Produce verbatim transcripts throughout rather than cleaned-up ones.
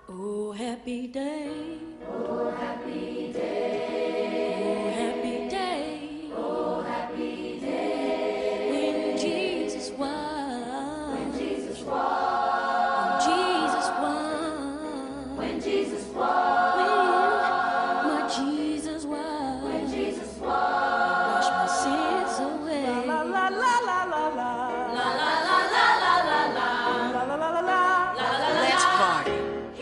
Oh, happy day. Oh, happy day. Oh, happy day. Oh, happy day. When Jesus won. When Jesus won. When Jesus won. When Jesus won. When my Jesus won. When Jesus won. Wash my sins away. La la la la la la. La la la la la la la. La la la la la. Let's party.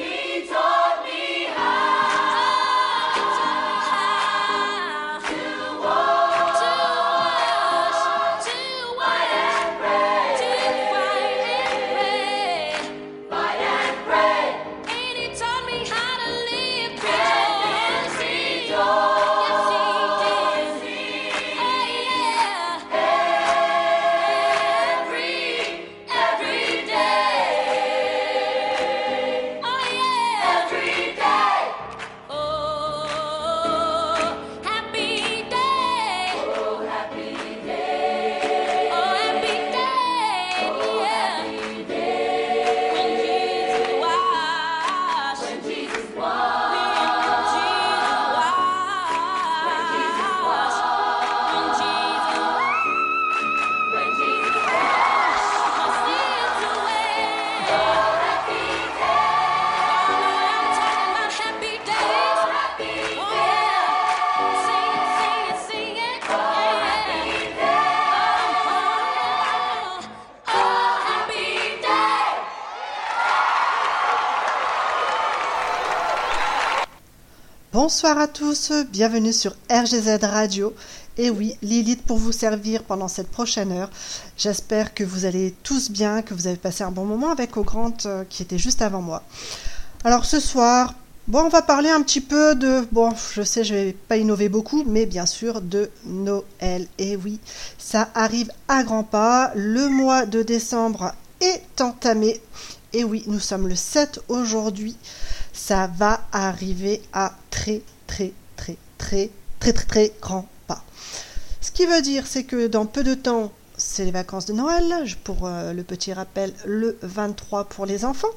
Bonsoir à tous, bienvenue sur R G Z Radio. Et oui, Lilith pour vous servir pendant cette prochaine heure. J'espère que vous allez tous bien, que vous avez passé un bon moment avec Ogrante euh, qui était juste avant moi. Alors ce soir, bon, on va parler un petit peu de, bon, je sais, je vais pas innover beaucoup, mais bien sûr de Noël. Et oui, ça arrive à grands pas. Le mois de décembre est entamé. Et oui, nous sommes le sept aujourd'hui. Ça va arriver à très très très très très très très grand pas. Ce qui veut dire c'est que dans peu de temps, c'est les vacances de Noël, pour euh, le petit rappel, le vingt-trois pour les enfants.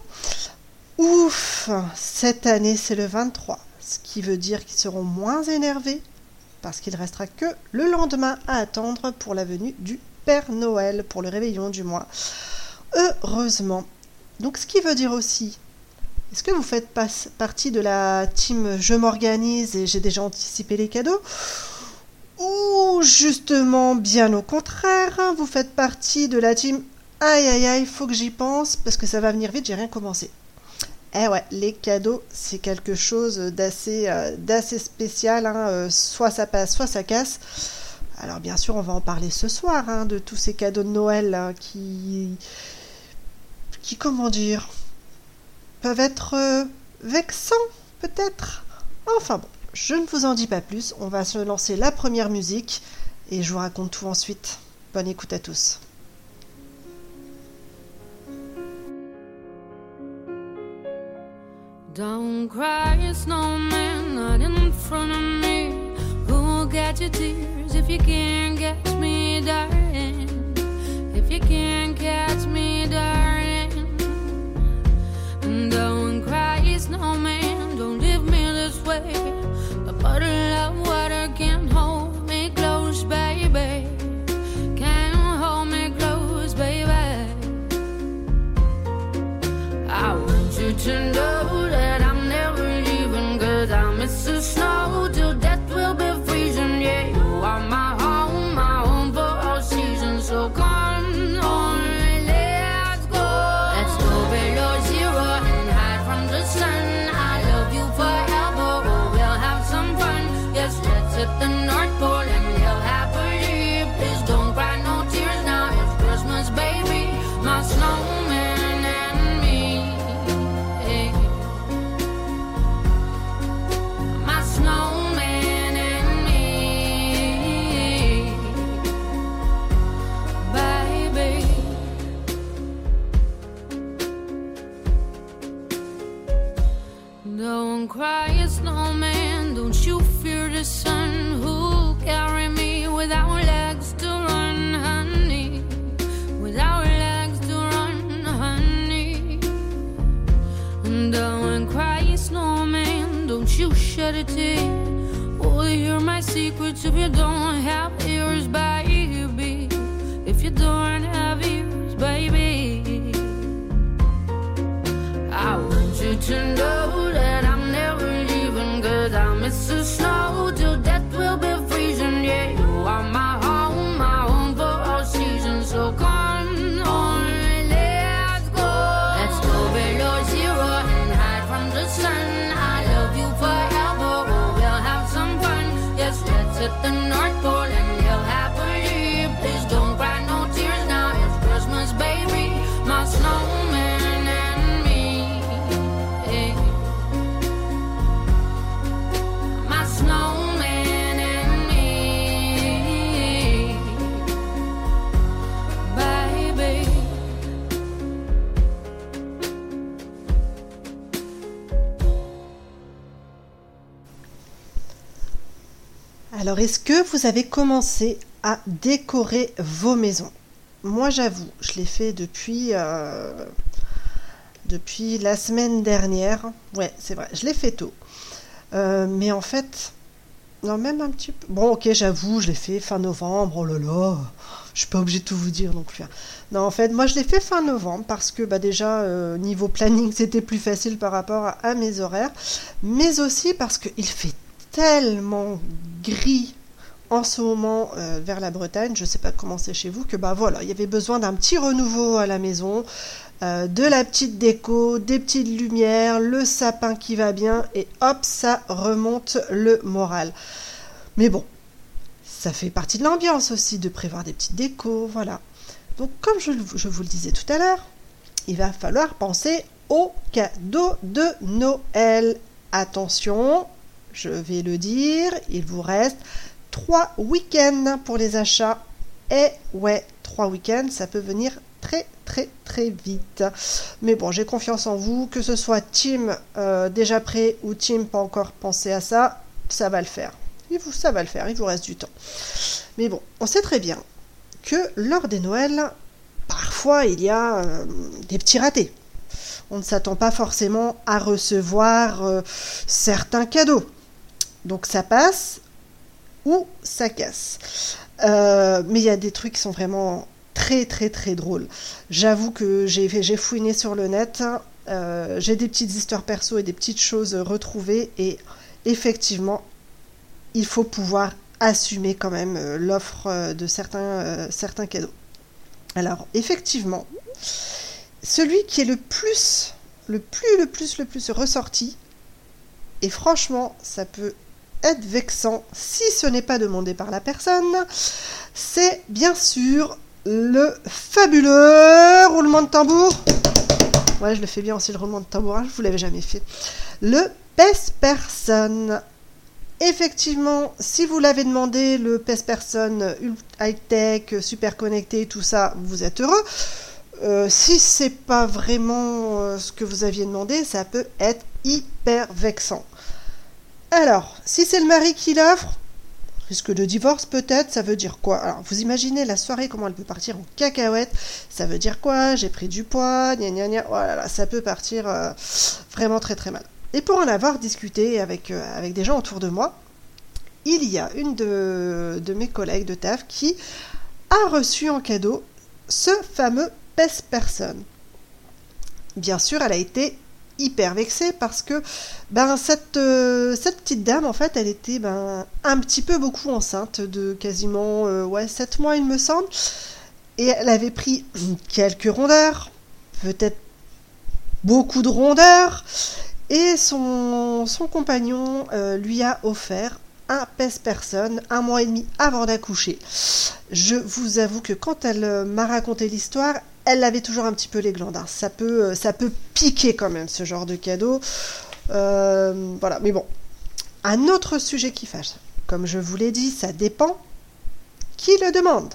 Ouf, cette année c'est le vingt-trois, ce qui veut dire qu'ils seront moins énervés parce qu'il ne restera que le lendemain à attendre pour la venue du Père Noël, pour le réveillon du mois. Heureusement. Donc ce qui veut dire aussi, est-ce que vous faites pas partie de la team je m'organise et j'ai déjà anticipé les cadeaux? Ou justement, bien au contraire, vous faites partie de la team aïe aïe aïe, faut que j'y pense parce que ça va venir vite, j'ai rien commencé. Eh ouais, les cadeaux, c'est quelque chose d'assez, euh, d'assez spécial, hein, euh, soit ça passe, soit ça casse. Alors bien sûr, on va en parler ce soir, hein, de tous ces cadeaux de Noël hein, qui... qui, comment dire... peuvent être euh, vexants, peut-être. Enfin bon, je ne vous en dis pas plus. On va se lancer la première musique et je vous raconte tout ensuite. Bonne écoute à tous. Don't cry, snowman, not in front of me. Who'll get your tears if you can't catch me, darling? If you can't catch me, darling. Don't cry, snowman, don't leave me this way. A bottle of water can't hold me close, baby. Can't hold me close, baby. I want you to know that I'm never leaving, 'cause I miss the snow till death will be freezing. Yeah, you are my home, my home for all seasons. So come on, let's go. Let's go below zero and hide from the sun. I love you forever, oh, we'll have some fun. Yes, let's hit the North Pole and live happily. Please don't cry no tears now, it's Christmas, baby. My snowman and me, hey. My snowman and me, baby. Don't cry, snowman, don't you fear the sun. Who'll carry me without legs to run, honey? Without legs to run, honey. Don't cry. you shed a tear? Will you hear my secrets if you don't have ears, baby? If you don't have ears, baby, I want you to know that I'm never leaving, 'cause I miss the snow till death will be freezing. Yeah, you are my home, my home for all seasons. So come on, let's go. Let's go below zero and hide from the sun. I love you forever, oh, we'll have some fun. Yes, let's hit the North Pole and live happily. Please don't cry no tears now, it's Christmas, baby. My snowman and me, eh. My snowman and me, baby. Alors, est-ce que vous avez commencé à décorer vos maisons? Moi, j'avoue, je l'ai fait depuis, euh, depuis la semaine dernière. Ouais, c'est vrai, je l'ai fait tôt. Euh, mais en fait, non, même un petit peu. Bon, ok, j'avoue, je l'ai fait fin novembre. Oh là là, je suis pas obligée de tout vous dire non plus. Non, en fait, moi, je l'ai fait fin novembre parce que bah, déjà, euh, niveau planning, c'était plus facile par rapport à, à mes horaires. Mais aussi parce qu'il fait tellement gris en ce moment euh, vers la Bretagne, je sais pas comment c'est chez vous, que bah voilà, il y avait besoin d'un petit renouveau à la maison, euh, de la petite déco, des petites lumières, le sapin qui va bien, et hop, ça remonte le moral. Mais bon, ça fait partie de l'ambiance aussi de prévoir des petites décos, voilà. Donc comme je, je vous le disais tout à l'heure, il va falloir penser aux cadeaux de Noël. Attention, je vais le dire, il vous reste trois week-ends pour les achats. Et ouais, trois week-ends, ça peut venir très très très vite. Mais bon, j'ai confiance en vous, que ce soit team euh, déjà prêt ou team pas encore pensé à ça, ça va le faire. Et vous, ça va le faire, il vous reste du temps. Mais bon, on sait très bien que lors des Noëls, parfois il y a euh, des petits ratés. On ne s'attend pas forcément à recevoir euh, certains cadeaux. Donc ça passe ou ça casse. Euh, mais il y a des trucs qui sont vraiment très très très drôles. J'avoue que j'ai, j'ai fouiné sur le net, euh, j'ai des petites histoires perso et des petites choses retrouvées, et effectivement, il faut pouvoir assumer quand même euh, l'offre euh, de certains, euh, certains cadeaux. Alors effectivement, celui qui est le plus, le plus, le plus, le plus ressorti, et franchement, ça peut être vexant si ce n'est pas demandé par la personne, c'est bien sûr le fabuleux roulement de tambour. Ouais, je le fais bien aussi, le roulement de tambour, hein, je vous l'avais jamais fait. Le pèse-personne. Effectivement, si vous l'avez demandé, le pèse-personne high-tech, super connecté, tout ça, vous êtes heureux. Euh, si c'est pas vraiment euh, ce que vous aviez demandé, ça peut être hyper vexant. Alors, si c'est le mari qui l'offre, risque de divorce peut-être, ça veut dire quoi? Alors, vous imaginez la soirée, comment elle peut partir en cacahuète. Ça veut dire quoi? J'ai pris du poids, gna gna gna, oh là là, ça peut partir euh, vraiment très très mal. Et pour en avoir discuté avec, euh, avec des gens autour de moi, il y a une de, de mes collègues de taf qui a reçu en cadeau ce fameux pèse-personne. Bien sûr, elle a été hyper vexée parce que ben, cette, euh, cette petite dame, en fait, elle était ben, un petit peu beaucoup enceinte, de quasiment euh, ouais, sept mois, il me semble. Et elle avait pris quelques rondeurs, peut-être beaucoup de rondeurs, et son, son compagnon euh, lui a offert un pèse-personne un mois et demi avant d'accoucher. Je vous avoue que quand elle m'a raconté l'histoire, elle avait toujours un petit peu les glandes. Hein. Ça peut, ça peut piquer quand même, ce genre de cadeau. Euh, voilà, mais bon. Un autre sujet qui fâche. Comme je vous l'ai dit, ça dépend qui le demande.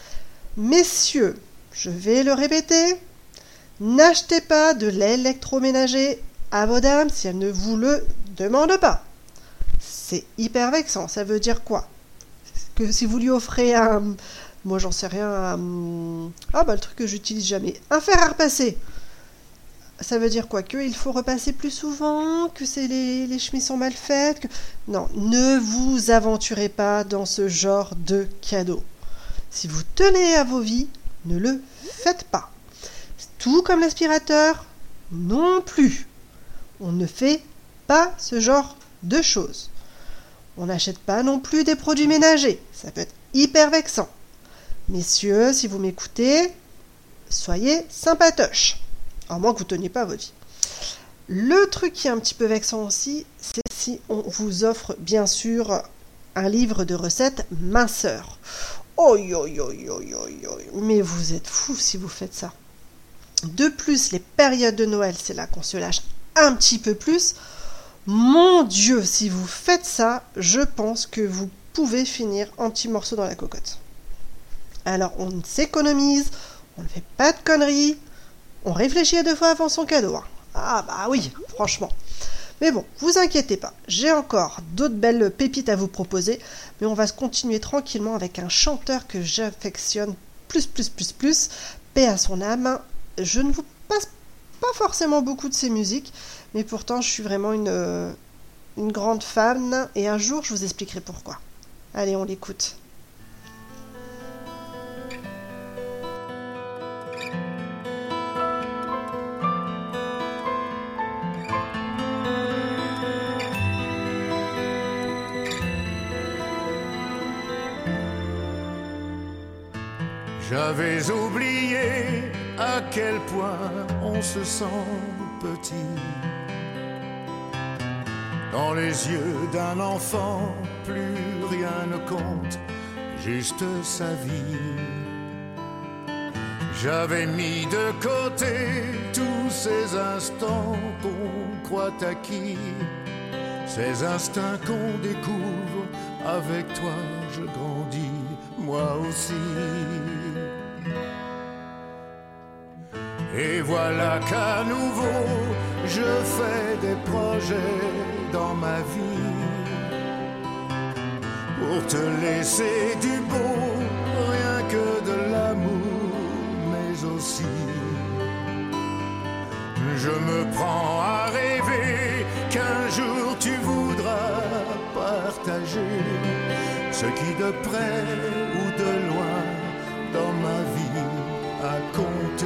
Messieurs, je vais le répéter, n'achetez pas de l'électroménager à vos dames si elles ne vous le demandent pas. C'est hyper vexant. Ça veut dire quoi? Que si vous lui offrez un... Moi, j'en sais rien. Un, ah, bah, le truc que j'utilise jamais. Un fer à repasser. ça veut dire quoi? Qu'il faut repasser plus souvent? Que c'est les, les chemises sont mal faites? que... Non, ne vous aventurez pas dans ce genre de cadeau. Si vous tenez à vos vies, ne le faites pas. Tout comme l'aspirateur, non plus. On ne fait pas ce genre de choses. On n'achète pas non plus des produits ménagers. Ça peut être hyper vexant. Messieurs, si vous m'écoutez, soyez sympatoches. À moins que vous ne teniez pas à votre vie. Le truc qui est un petit peu vexant aussi, c'est si on vous offre bien sûr un livre de recettes minceur. Oi, oi, oi, oi, oi, oi. Mais vous êtes fous si vous faites ça. De plus, les périodes de Noël, c'est là qu'on se lâche un petit peu plus. Mon Dieu, si vous faites ça, je pense que vous pouvez finir en petits morceaux dans la cocotte. Alors, on s'économise, on ne fait pas de conneries. On réfléchit à deux fois avant son cadeau. Hein. Ah bah oui, franchement. Mais bon, vous inquiétez pas, j'ai encore d'autres belles pépites à vous proposer, mais on va se continuer tranquillement avec un chanteur que j'affectionne plus, plus, plus, plus, paix à son âme. Je ne vous passe pas forcément beaucoup de ses musiques, mais pourtant je suis vraiment une, une grande fan, et un jour je vous expliquerai pourquoi. Allez, on l'écoute. J'avais oublié à quel point on se sent petit dans les yeux d'un enfant, plus rien ne compte, juste sa vie. J'avais mis de côté tous ces instants qu'on croit acquis, ces instincts qu'on découvre, avec toi je grandis, moi aussi. Et voilà qu'à nouveau je fais des projets dans ma vie pour te laisser du beau, rien que de l'amour, mais aussi je me prends à rêver qu'un jour tu voudras partager ce qui de près ou de loin dans ma vie a compté.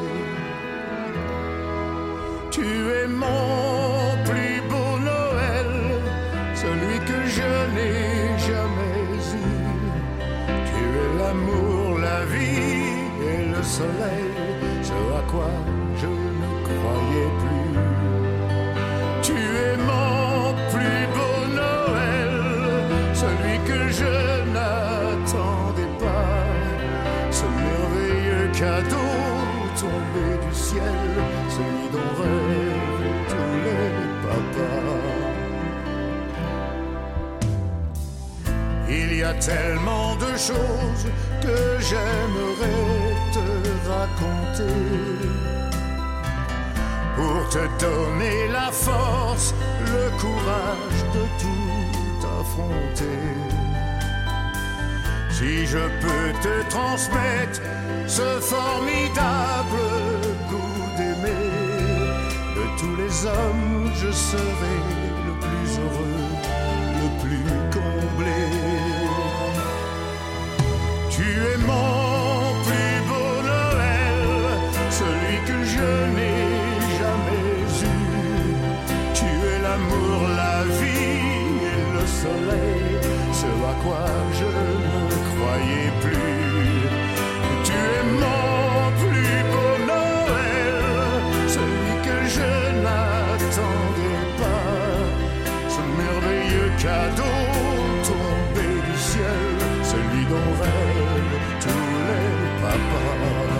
Tu es mon plus beau Noël, celui que je n'ai jamais eu. Tu es l'amour, la vie et le soleil, ce à quoi je ne croyais plus. Tu es mon plus beau Noël, celui que je n'attendais pas, ce merveilleux cadeau tombé du ciel, celui dont rêvent tous les papas. Il y a tellement de choses que j'aimerais te raconter pour te donner la force, le courage de tout affronter. Si je peux te transmettre ce formidable goût d'aimer, de tous les hommes, je serai le plus heureux, le plus comblé. Tu es mon plus beau Noël, celui que je n'ai jamais eu. Tu es l'amour, la vie et le soleil, ce à quoi je ne croyais plus. Tu es mon plus beau Noël, celui que je n'attendais pas, ce merveilleux cadeau tombé du ciel, celui dont rêvent tous les papas.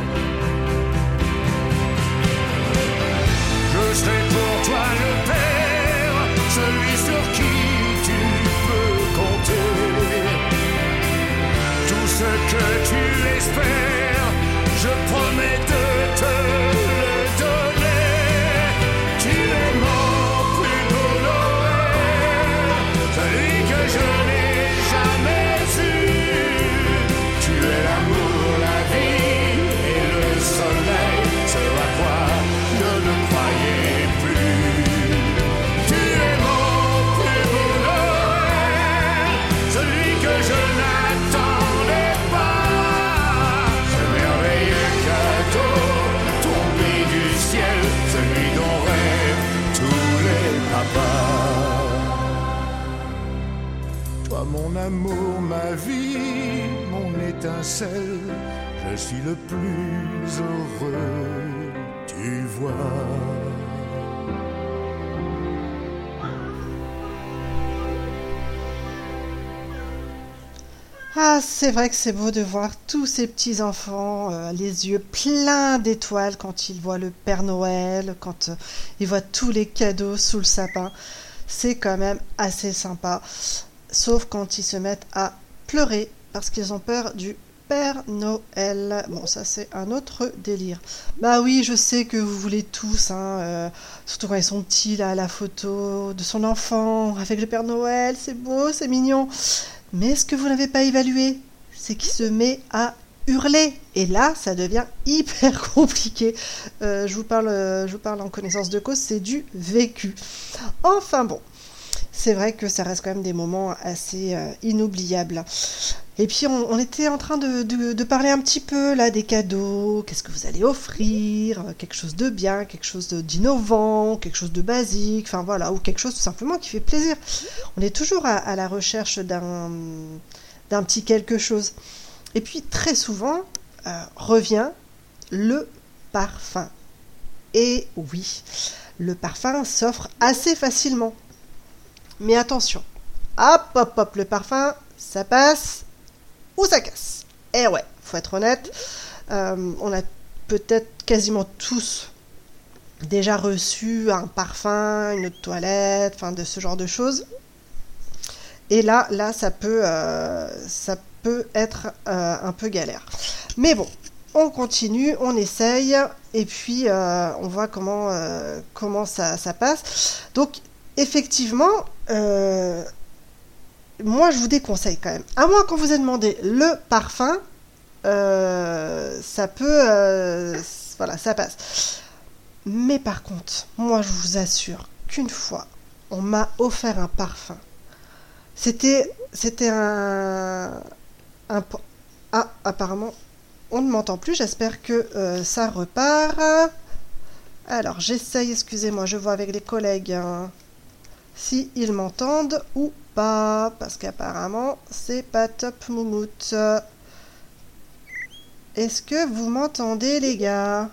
Je serai pour toi le père, celui sur qui tu peux compter. Tout ce que tu espères, je promets de te le donner. Tu es mon plus beau Noël, celui que je n'ai jamais eu. Tu es l'amour, la vie et le soleil, ce à quoi je ne crois amour, ma vie, mon étincelle, je suis le plus heureux, tu vois. Ah, c'est vrai que c'est beau de voir tous ces petits-enfants, euh, les yeux pleins d'étoiles quand ils voient le Père Noël, quand euh, ils voient tous les cadeaux sous le sapin. C'est quand même assez sympa, sauf quand ils se mettent à pleurer parce qu'ils ont peur du Père Noël. Bon, ça c'est un autre délire. Bah oui, je sais que vous voulez tous, hein, euh, surtout quand ils sont petits, là, la photo de son enfant avec le Père Noël, c'est beau, c'est mignon. Mais ce que vous n'avez pas évalué, c'est qu'il se met à hurler. Et là, ça devient hyper compliqué. Euh, je vous parle, euh, je vous parle en connaissance de cause, c'est du vécu. Enfin bon, c'est vrai que ça reste quand même des moments assez euh, inoubliables. Et puis on, on était en train de, de, de parler un petit peu là des cadeaux, qu'est-ce que vous allez offrir, quelque chose de bien, quelque chose de, d'innovant, quelque chose de basique, enfin voilà, ou quelque chose tout simplement qui fait plaisir. On est toujours à, à la recherche d'un, d'un petit quelque chose. Et puis très souvent euh, revient le parfum. Et oui, le parfum s'offre assez facilement. Mais attention, hop hop hop, le parfum, ça passe ou ça casse. Eh ouais, faut être honnête, euh, on a peut-être quasiment tous déjà reçu un parfum, une eau de toilette, enfin de ce genre de choses. Et là, là, ça peut, euh, ça peut être euh, un peu galère. Mais bon, on continue, on essaye, et puis euh, on voit comment, euh, comment ça, ça passe. Donc, effectivement, euh, moi je vous déconseille quand même. À moins qu'on vous ait demandé le parfum, euh, ça peut, euh, voilà, ça passe. Mais par contre, moi je vous assure qu'une fois, on m'a offert un parfum. C'était, c'était un, un, ah, apparemment, on ne m'entend plus. J'espère que euh, ça repart. Alors, j'essaye. Excusez-moi, je vois avec les collègues hein, si ils m'entendent ou pas, parce qu'apparemment, c'est pas top moumoute. Est-ce que vous m'entendez, les gars?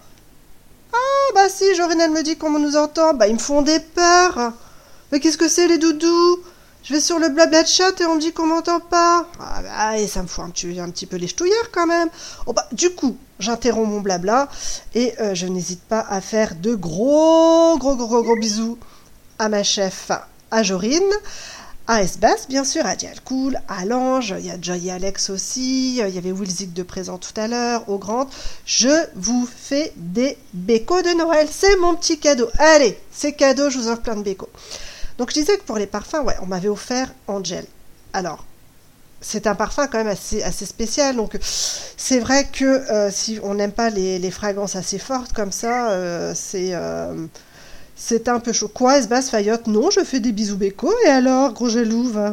Ah, bah si, Jorine, elle me dit qu'on nous entend. Bah, ils me font des peurs. Mais qu'est-ce que c'est, les doudous? Je vais sur le blabla de chat et on me dit qu'on m'entend pas. Ah bah, et ça me fout un petit, un petit peu les ch'touillères quand même. Oh bah, du coup, j'interromps mon blabla et euh, je n'hésite pas à faire de gros, gros, gros, gros, gros bisous à ma chef, à Jorine, à Esbas, bien sûr, à Dialcool, à Lange, il y a Joy et Alex aussi, il y avait Wilzik de présent tout à l'heure, au Grand. Je vous fais des bécos de Noël, c'est mon petit cadeau. Allez, c'est cadeau, je vous offre plein de bécos. Donc je disais que pour les parfums, ouais, on m'avait offert Angel. Alors, c'est un parfum quand même assez, assez spécial. Donc c'est vrai que euh, si on n'aime pas les, les fragrances assez fortes comme ça, euh, c'est, euh, c'est un peu chaud. Quoi, Esbas Fayotte? Non, je fais des bisous béco. Et alors, gros jaloux, va.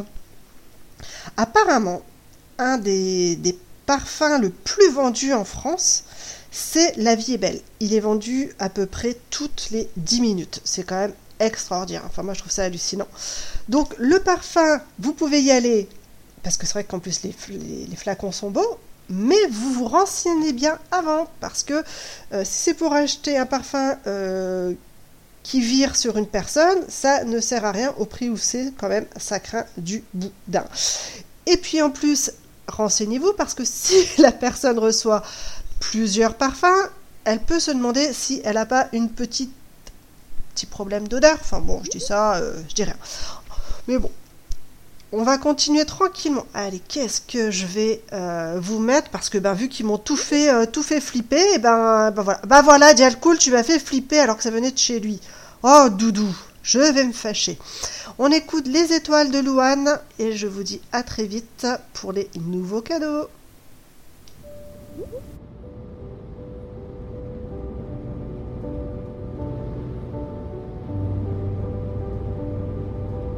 Apparemment, un des, des parfums le plus vendu en France, c'est La Vie est Belle. Il est vendu à peu près toutes les dix minutes. C'est quand même extraordinaire. Enfin, moi, je trouve ça hallucinant. Donc, le parfum, vous pouvez y aller, parce que c'est vrai qu'en plus, les, les, les flacons sont beaux, mais vous vous renseignez bien avant, parce que euh, si c'est pour acheter un parfum euh, qui vire sur une personne, ça ne sert à rien au prix où c'est, quand même, ça craint du boudin. Et puis, en plus, renseignez-vous, parce que si la personne reçoit plusieurs parfums, elle peut se demander si elle n'a pas une petite petit problème d'odeur. Enfin bon, je dis ça, euh, je dis rien. Mais bon, on va continuer tranquillement. Allez, qu'est-ce que je vais euh, vous mettre? Parce que ben, vu qu'ils m'ont tout fait, euh, tout fait flipper, et ben, ben voilà. Ben voilà, Dialcool, tu m'as fait flipper alors que ça venait de chez lui. Oh, doudou, je vais me fâcher. On écoute Les Étoiles de Louane et je vous dis à très vite pour les nouveaux cadeaux.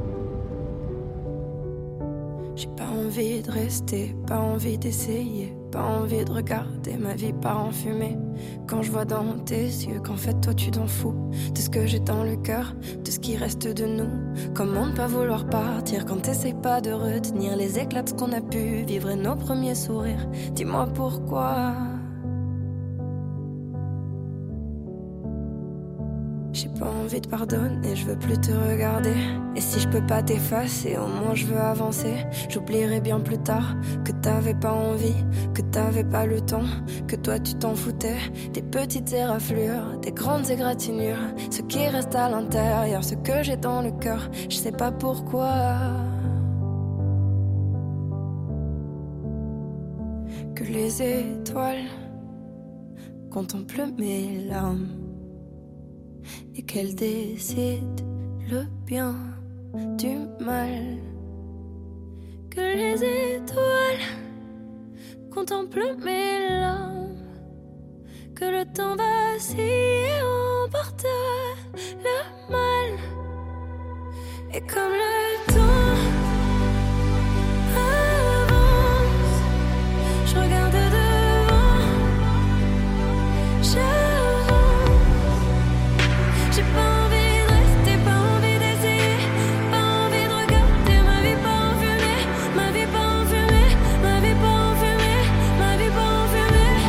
J'ai pas envie de rester, pas envie d'essayer, pas envie de regarder ma vie part en fumée. Quand je vois dans tes yeux qu'en fait toi tu t'en fous de ce que j'ai dans le cœur, de ce qui reste de nous. Comment ne pas vouloir partir quand t'essayes pas de retenir les éclats de ce qu'on a pu vivre et nos premiers sourires. Dis-moi pourquoi. J'ai pas envie de pardonner, je veux plus te regarder. Et si je peux pas t'effacer, au moins je veux avancer. J'oublierai bien plus tard que t'avais pas envie, que t'avais pas le temps, que toi tu t'en foutais. Des petites éraflures, des grandes égratignures, ce qui reste à l'intérieur, ce que j'ai dans le cœur, je sais pas pourquoi. Que les étoiles contemplent mes larmes et qu'elle décide le bien du mal. Que les étoiles contemplent mes larmes, que le temps vacille et emporte le mal. Et comme le temps avance, je regarde devant, je j'ai pas envie de rester, pas envie d'essayer, pas envie de regarder ma vie pas en fumée, ma vie pas en fumée, ma vie pas en fumée, ma vie pas en fumée.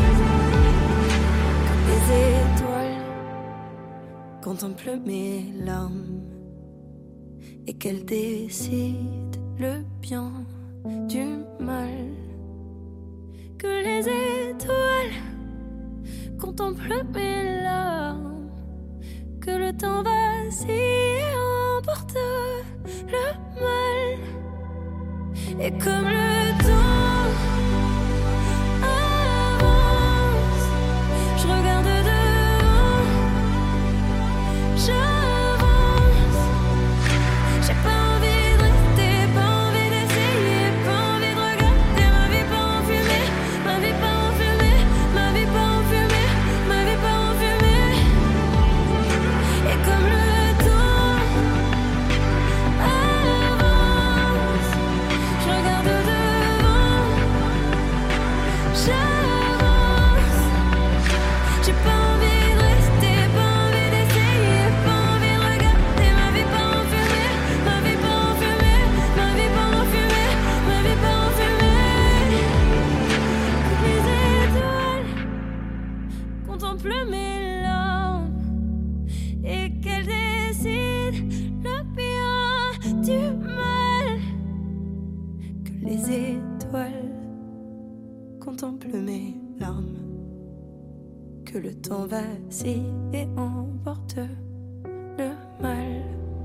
Les étoiles contemplent mes larmes et qu'elles décident le bien du mal. Que les étoiles contemplent mes larmes, que le temps vacille et emporte le mal. Et comme le temps avance, je regarde devant, j'avance. J'ai pas envie de rester, pas envie d'essayer, pas envie de regarder ma vie pas en fumée, ma vie pas en fumée, ma vie pas en fumée, ma vie pas en fumée. Et comme le temps avance, je regarde devant, j'avance. J'ai pas envie de rester, pas envie d'essayer, pas envie de regarder ma vie pas en fumée, ma vie pas en fumée, ma vie pas en fumée, ma vie pas en fumée. Les étoiles contemplent mes larmes et qu'elle décide le bien du mal. Que les étoiles contemplent mes larmes, que le temps vacille et emporte le mal.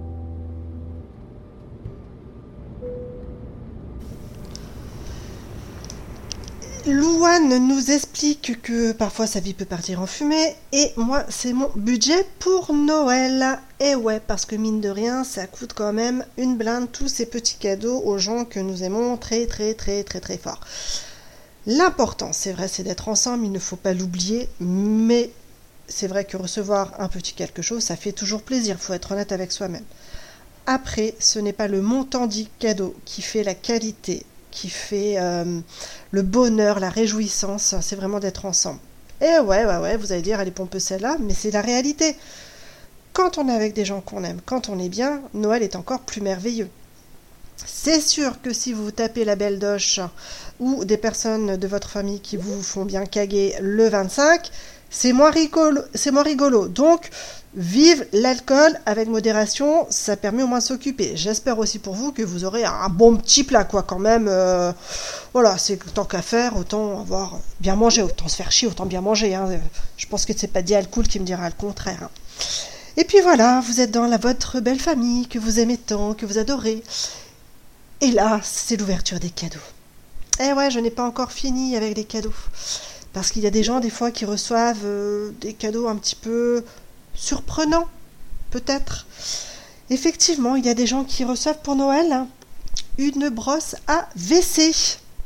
Louane nous explique que parfois sa vie peut partir en fumée et moi c'est mon budget pour Noël. Et ouais, parce que mine de rien ça coûte quand même une blinde tous ces petits cadeaux aux gens que nous aimons très très très très très fort. L'important c'est vrai c'est d'être ensemble, il ne faut pas l'oublier, mais c'est vrai que recevoir un petit quelque chose ça fait toujours plaisir, il faut être honnête avec soi-même. Après ce n'est pas le montant du cadeau qui fait la qualité, qui fait euh, le bonheur, la réjouissance, c'est vraiment d'être ensemble. Et ouais, ouais, ouais, vous allez dire, elle est pompeuse celle-là, mais c'est la réalité. Quand on est avec des gens qu'on aime, quand on est bien, Noël est encore plus merveilleux. C'est sûr que si vous tapez la belle doche ou des personnes de votre famille qui vous font bien caguer le vingt-cinq, c'est moins rigolo. C'est moins rigolo. Donc, vive l'alcool avec modération, ça permet au moins de s'occuper. J'espère aussi pour vous que vous aurez un bon petit plat, quoi, quand même. Euh, voilà, c'est tant qu'à faire, autant avoir bien mangé, autant se faire chier, autant bien manger. Hein. Je pense que c'est pas dit Alcool qui me dira le contraire. Hein. Et puis voilà, vous êtes dans la, votre belle famille que vous aimez tant, que vous adorez. Et là, c'est l'ouverture des cadeaux. Eh ouais, je n'ai pas encore fini avec les cadeaux. Parce qu'il y a des gens, des fois, qui reçoivent euh, des cadeaux un petit peu surprenants, peut-être. Effectivement, il y a des gens qui reçoivent pour Noël hein, une brosse à W C.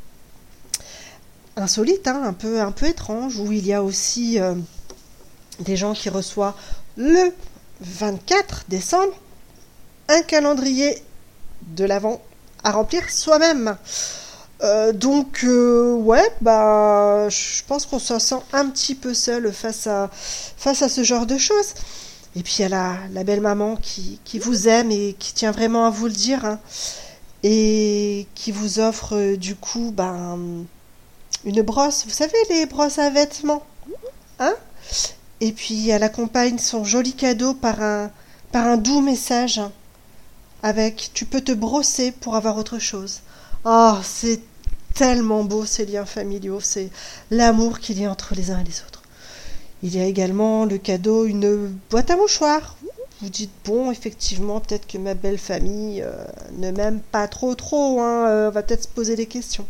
Insolite, hein, un peu, un peu étrange. Ou il y a aussi euh, des gens qui reçoivent le vingt-quatre décembre un calendrier de l'Avent à remplir soi-même. Euh, donc, euh, ouais, bah, je pense qu'on se sent un petit peu seul face à, face à ce genre de choses. Et puis, il y a la, la belle maman qui, qui vous aime et qui tient vraiment à vous le dire, hein, et qui vous offre, euh, du coup, ben, une brosse. Vous savez, les brosses à vêtements, hein? Et puis, elle accompagne son joli cadeau par un, par un doux message avec « Tu peux te brosser pour avoir autre chose ». Oh, c'est tellement beau ces liens familiaux, c'est l'amour qu'il y a entre les uns et les autres. Il y a également le cadeau, une boîte à mouchoirs. Vous dites, bon, effectivement, peut-être que ma belle famille euh, ne m'aime pas trop trop, hein, euh, on va peut-être se poser des questions.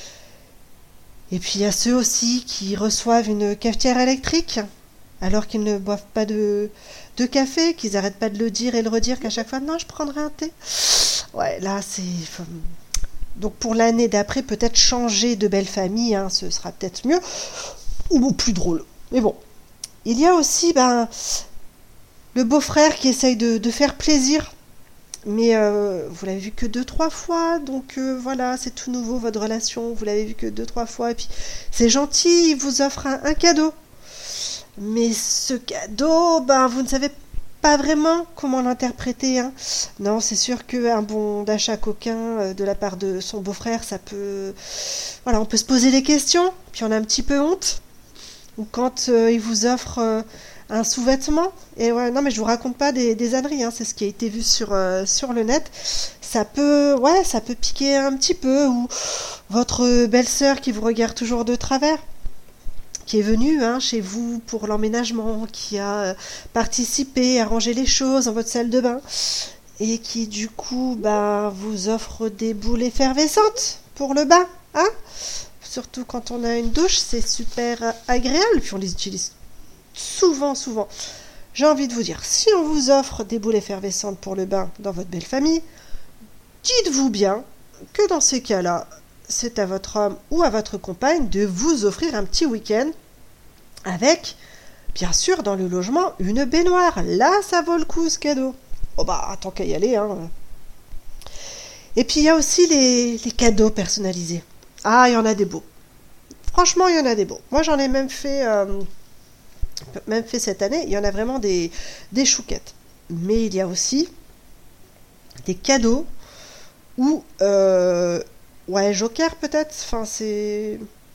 Et puis il y a ceux aussi qui reçoivent une cafetière électrique, alors qu'ils ne boivent pas de, de café, qu'ils n'arrêtent pas de le dire et le redire qu'à chaque fois, non, je prendrai un thé. Ouais, là, c'est... Donc pour l'année d'après, peut-être changer de belle famille, hein, ce sera peut-être mieux, ou plus drôle. Mais bon, il y a aussi ben, le beau-frère qui essaye de, de faire plaisir, mais euh, vous l'avez vu que deux, trois fois, donc euh, voilà, c'est tout nouveau votre relation, vous l'avez vu que deux, trois fois, et puis c'est gentil, il vous offre un, un cadeau. Mais ce cadeau, ben, vous ne savez pas, pas vraiment comment l'interpréter, hein. Non, c'est sûr qu'un bon d'achat coquin de la part de son beau-frère, ça peut... Voilà, on peut se poser des questions, puis on a un petit peu honte. Ou quand euh, il vous offre euh, un sous-vêtement, et ouais, non mais je vous raconte pas des, des âneries, hein, c'est ce qui a été vu sur, euh, sur le net, ça peut, ouais, ça peut piquer un petit peu, ou votre belle-sœur qui vous regarde toujours de travers, qui est venu hein, chez vous pour l'emménagement, qui a participé à ranger les choses dans votre salle de bain et qui du coup bah, vous offre des boules effervescentes pour le bain. Hein, surtout quand on a une douche, c'est super agréable, puis on les utilise souvent, souvent. J'ai envie de vous dire, si on vous offre des boules effervescentes pour le bain dans votre belle famille, dites-vous bien que dans ces cas-là, c'est à votre homme ou à votre compagne de vous offrir un petit week-end avec, bien sûr, dans le logement, une baignoire. Là, ça vaut le coup, ce cadeau. Oh bah, tant qu'à y aller, hein. Et puis, il y a aussi les, les cadeaux personnalisés. Ah, il y en a des beaux. Franchement, il y en a des beaux. Moi, j'en ai même fait, euh, même fait cette année. Il y en a vraiment des, des chouquettes. Mais il y a aussi des cadeaux où... Euh, Ouais, Joker peut-être, enfin c'est...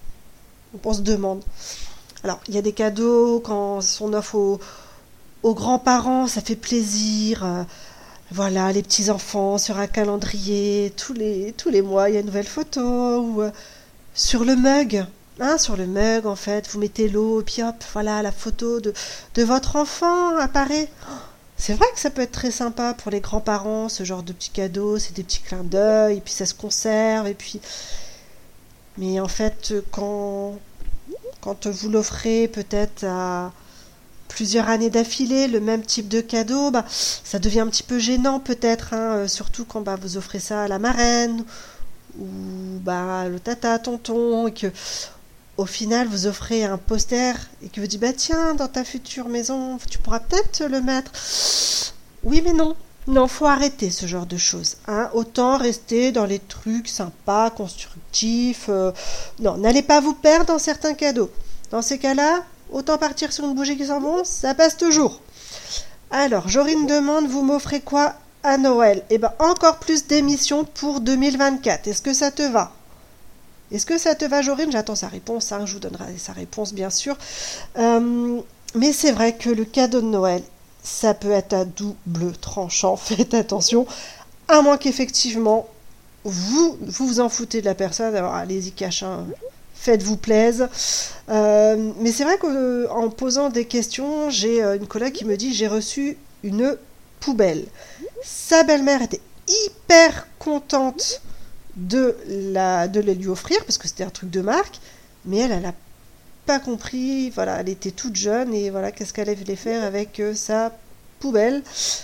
On se demande. Alors, il y a des cadeaux quand on offre aux, aux grands-parents, ça fait plaisir. Euh, voilà, les petits-enfants sur un calendrier, tous les, tous les mois, il y a une nouvelle photo. Ou euh, sur le mug, hein, sur le mug en fait, vous mettez l'eau, et puis hop, voilà, la photo de, de votre enfant apparaît. Oh, c'est vrai que ça peut être très sympa pour les grands-parents, ce genre de petits cadeaux, c'est des petits clins d'œil, et puis ça se conserve, et puis... Mais en fait, quand, quand vous l'offrez peut-être à plusieurs années d'affilée, le même type de cadeau, bah, ça devient un petit peu gênant peut-être, hein, surtout quand bah, vous offrez ça à la marraine, ou bah, le tata, tonton, et que... Au final, vous offrez un poster et que vous dites, bah tiens, dans ta future maison, tu pourras peut-être le mettre. Oui, mais non. Non, faut arrêter ce genre de choses. Hein. Autant rester dans les trucs sympas, constructifs. Euh... Non, n'allez pas vous perdre dans certains cadeaux. Dans ces cas-là, autant partir sur une bougie qui sent bon, ça passe toujours. Alors, Jorine demande, vous m'offrez quoi à Noël? Eh ben, encore plus d'émissions pour deux mille vingt-quatre. Est-ce que ça te va? Est-ce que ça te va, Jorine? J'attends sa réponse, hein, je vous donnerai sa réponse, bien sûr. Euh, mais c'est vrai que le cadeau de Noël, ça peut être à double tranchant, faites attention, à moins qu'effectivement, vous, vous vous en foutez de la personne, alors allez-y, cachin, faites-vous plaisir. Euh, mais c'est vrai qu'en posant des questions, j'ai une collègue qui me dit, j'ai reçu une poubelle. Sa belle-mère était hyper contente de, la, de les lui offrir, parce que c'était un truc de marque, mais elle, elle n'a pas compris, voilà, elle était toute jeune, et voilà, qu'est-ce qu'elle allait faire avec euh, sa poubelle.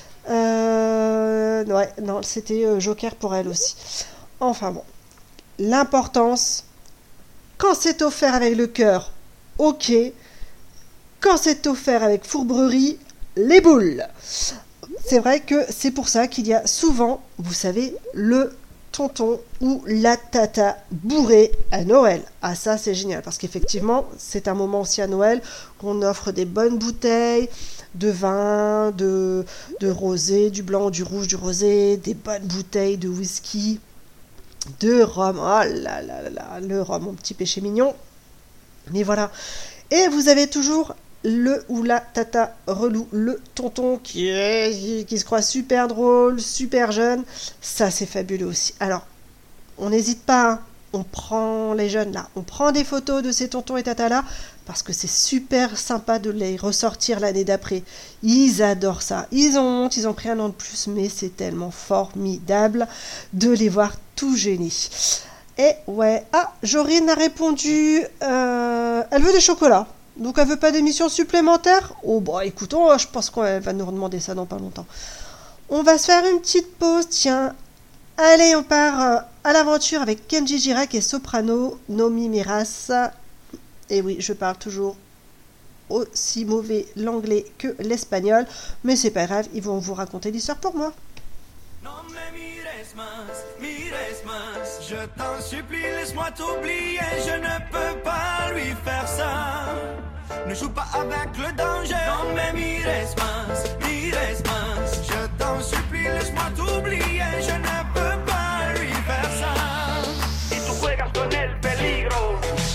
Euh, ouais, non, c'était euh, Joker pour elle aussi. Enfin bon, l'importance, quand c'est offert avec le cœur, ok, quand c'est offert avec fourberie, les boules. C'est vrai que c'est pour ça qu'il y a souvent, vous savez, le tonton ou la tata bourrée à Noël. Ah ça c'est génial parce qu'effectivement c'est un moment aussi à Noël qu'on offre des bonnes bouteilles de vin, de, de rosé, du blanc, du rouge, du rosé, des bonnes bouteilles de whisky, de rhum. Oh là là là là, le rhum, mon petit péché mignon. Mais voilà. Et vous avez toujours le ou la tata relou, le tonton qui, est, qui se croit super drôle, super jeune. Ça, c'est fabuleux aussi. Alors, on n'hésite pas, hein. On prend les jeunes là, on prend des photos de ces tontons et tatas là, parce que c'est super sympa de les ressortir l'année d'après. Ils adorent ça. Ils ont honte, ils ont pris un an de plus, mais c'est tellement formidable de les voir tout gênés. Et ouais, ah, Jorine a répondu, euh, elle veut des chocolats. Donc elle veut pas d'émission supplémentaire. Oh bah écoutons, je pense qu'elle va nous redemander ça dans pas longtemps. On va se faire une petite pause, tiens. Allez, on part à l'aventure avec Kenji Girac et soprano Nomi Miras. Et oui, je parle toujours aussi mauvais l'anglais que l'espagnol, mais c'est pas grave, ils vont vous raconter l'histoire pour moi. Non mais mires más, mires más, je t'en supplie, laisse-moi t'oublier, je ne peux pas lui faire ça. Ne joue pas avec le danger. Non mais mires más, mires más, je t'en supplie, laisse-moi t'oublier, je ne peux pas lui faire ça. Y tu juegas con el peligro.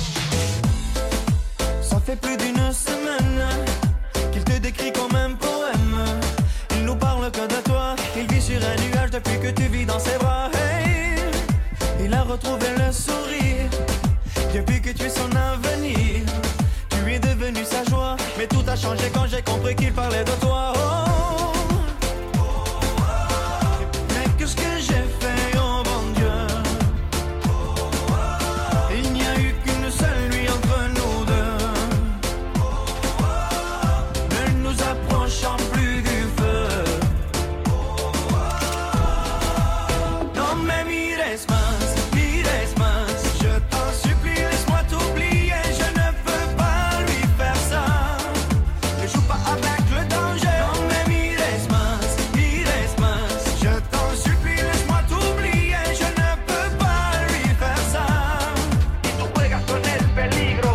Ça fait plus d'une semaine qu'il te décrit comme un poème. Il nous parle que de toi, il vit sur un nuage depuis que tu vis dans ses bras. Hey, il a retrouvé le sourire depuis que tu es son avenir. Tu es devenu sa joie, mais tout a changé quand j'ai compris qu'il parlait de toi. Oh, oh, oh, mais qu'est-ce que j'ai fait, oh bon Dieu? Oh, oh, il n'y a eu qu'une seule nuit entre nous deux. Oh, oh, ne nous approchons plus du feu. Oh, oh, non mais mires más, mires más, je t'en supplie, laisse-moi t'oublier, je ne peux pas lui faire ça. Ne joue pas avec le danger. Non mais mires más, mires más, je t'en supplie, laisse-moi t'oublier, je ne peux pas lui faire ça. Y tu juegas con el peligro.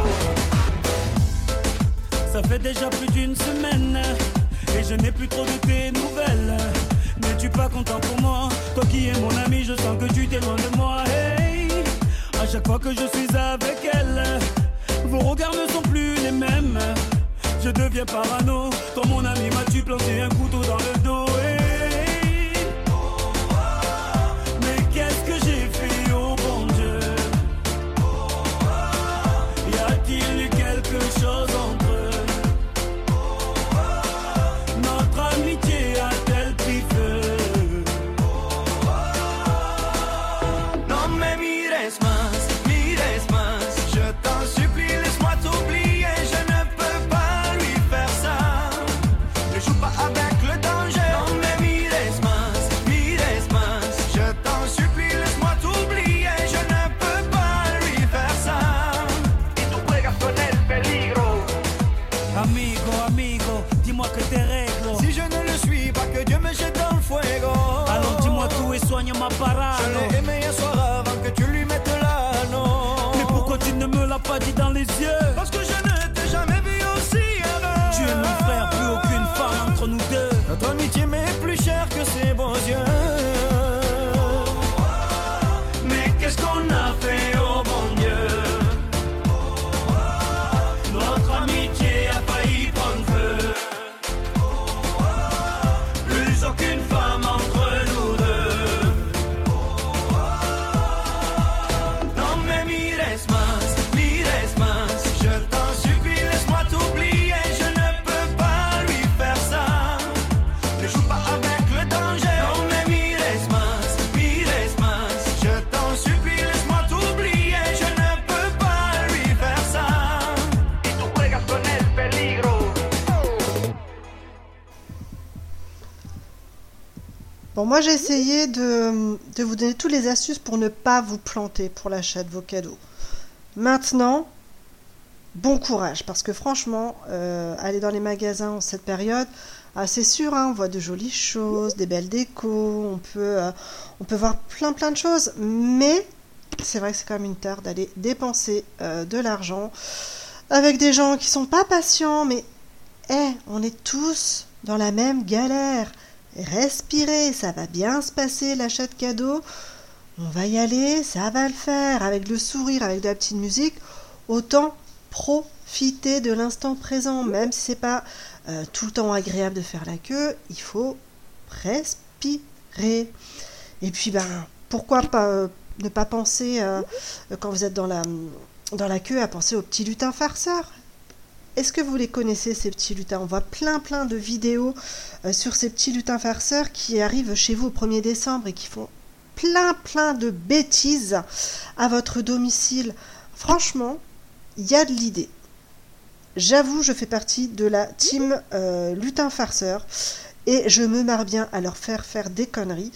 Ça fait déjà plus d'une semaine et je n'ai plus trop de tes nouvelles. N'es-tu pas content pour moi? Toi qui es mon ami, je sens que tu t'éloignes de moi. Hey, à chaque fois que je suis avec elle, vos regards ne sont plus les mêmes. Je deviens parano. Quand mon ami m'as-tu planté un couteau dans le dos? Hey, mais qu'est-ce que j'ai fait, oh bon Dieu? Y a-t-il eu quelque chose entre eux? Notre amitié a-t-elle pris feu? Non mais mires más, mires más, je t'en supplie, laisse-moi t'oublier, je ne peux pas lui faire ça. Ne joue pas avec le danger. Non mais mires más, mires más, je t'en supplie, laisse-moi t'oublier, je ne peux pas lui faire ça. Y tu juegas con el peligro. Amigo, amigo, dis-moi que t'es réglo. Si je ne le suis pas, que Dieu me jette dans le fuego. Alors dis-moi tout et soigne ma parade. Je l'ai aimé un soir avant que tu lui mettes l'anneau. Mais pourquoi tu ne me l'as pas dit dans les yeux? Parce que je ne t'ai jamais vu aussi heureux. Tu es mon frère, plus aucune femme entre nous deux. Notre amitié m'est plus chère que ses beaux yeux. Mais qu'est-ce qu'on a fait, oh bon Dieu? Notre amitié a failli prendre feu. Plus aucune femme entre nous deux. Non mais mires más, mires más, je t'en supplie, laisse-moi t'oublier, je ne peux pas lui faire ça. Ne joue pas avec le danger. Non mais mires más, mires más, je t'en supplie, laisse-moi t'oublier, je ne peux pas lui faire ça. Y tu juegas con el peligro. Bon, moi j'ai essayé de, de vous donner toutes les astuces pour ne pas vous planter pour l'achat de vos cadeaux. Maintenant, bon courage, parce que franchement, euh, aller dans les magasins en cette période, ah, c'est sûr, hein, on voit de jolies choses, des belles décos, on peut, euh, on peut voir plein plein de choses, mais c'est vrai que c'est quand même une tare d'aller dépenser euh, de l'argent avec des gens qui sont pas patients, mais hey, on est tous dans la même galère. Respirez, ça va bien se passer, l'achat de cadeaux, on va y aller, ça va le faire, avec le sourire, avec de la petite musique, autant profiter de l'instant présent, même si c'est pas euh, tout le temps agréable de faire la queue, il faut respirer. Et puis, ben, pourquoi pas euh, ne pas penser, euh, quand vous êtes dans la, dans la queue, à penser aux petits lutins farceurs. Est-ce que vous les connaissez, ces petits lutins? On voit plein plein de vidéos euh, sur ces petits lutins farceurs qui arrivent chez vous au premier décembre et qui font plein plein de bêtises à votre domicile. Franchement, il y a de l'idée. J'avoue, je fais partie de la team euh, lutin farceur et je me marre bien à leur faire faire des conneries.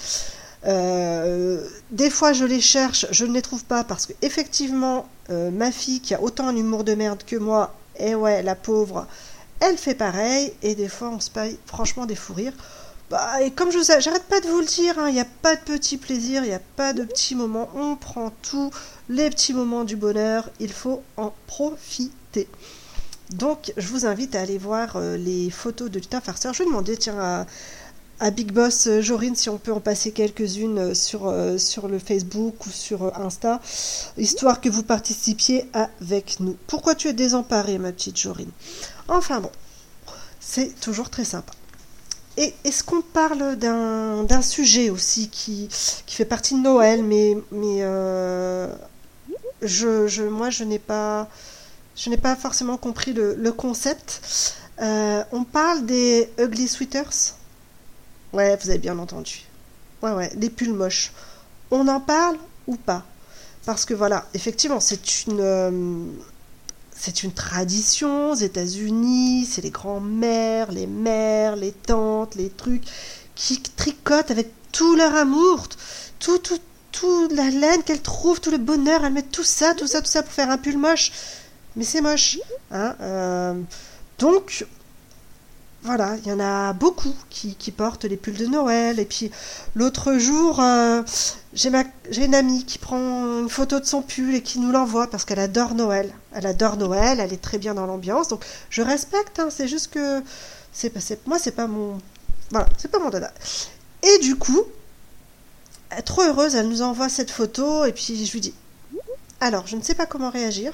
Euh, des fois je les cherche, je ne les trouve pas parce que effectivement euh, ma fille qui a autant un humour de merde que moi, et ouais, la pauvre, elle fait pareil, et des fois on se paye franchement des fous rires. Bah, et comme je vous j'arrête pas de vous le dire, il hein, n'y a pas de petits plaisirs, il n'y a pas de petits moments, on prend tous les petits moments du bonheur, il faut en profiter. Donc je vous invite à aller voir euh, les photos de lutins farceurs. Je vais demander tiens à, à Big Boss euh, Jorine si on peut en passer quelques-unes euh, sur, euh, sur le Facebook ou sur euh, Insta, histoire que vous participiez avec nous. Pourquoi tu es désemparée, ma petite Jorine? Enfin bon, c'est toujours très sympa. Et est-ce qu'on parle d'un, d'un sujet aussi qui, qui fait partie de Noël, mais, mais euh, je, je, moi je n'ai pas, je n'ai pas forcément compris le, le concept. Euh, on parle des ugly sweaters. Ouais, vous avez bien entendu. Ouais, ouais, les pulls moches. On en parle ou pas? Parce que voilà, effectivement, c'est une, euh, c'est une tradition aux États-Unis. C'est les grands-mères, les mères, les tantes, les trucs qui tricotent avec tout leur amour, tout, tout, tout la laine qu'elles trouvent, tout le bonheur. Elles mettent tout ça, tout ça, tout ça pour faire un pull moche. Mais c'est moche, hein. Euh, donc. Voilà, il y en a beaucoup qui, qui portent les pulls de Noël. Et puis l'autre jour, euh, j'ai, ma, j'ai une amie qui prend une photo de son pull et qui nous l'envoie parce qu'elle adore Noël. Elle adore Noël, elle est très bien dans l'ambiance. Donc je respecte, hein, c'est juste que c'est, c'est, moi, c'est pas mon... Voilà, c'est pas mon dada. Et du coup, trop heureuse, elle nous envoie cette photo et puis je lui dis, alors, je ne sais pas comment réagir.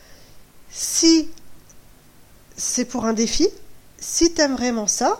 Si c'est pour un défi, si t'aimes vraiment ça,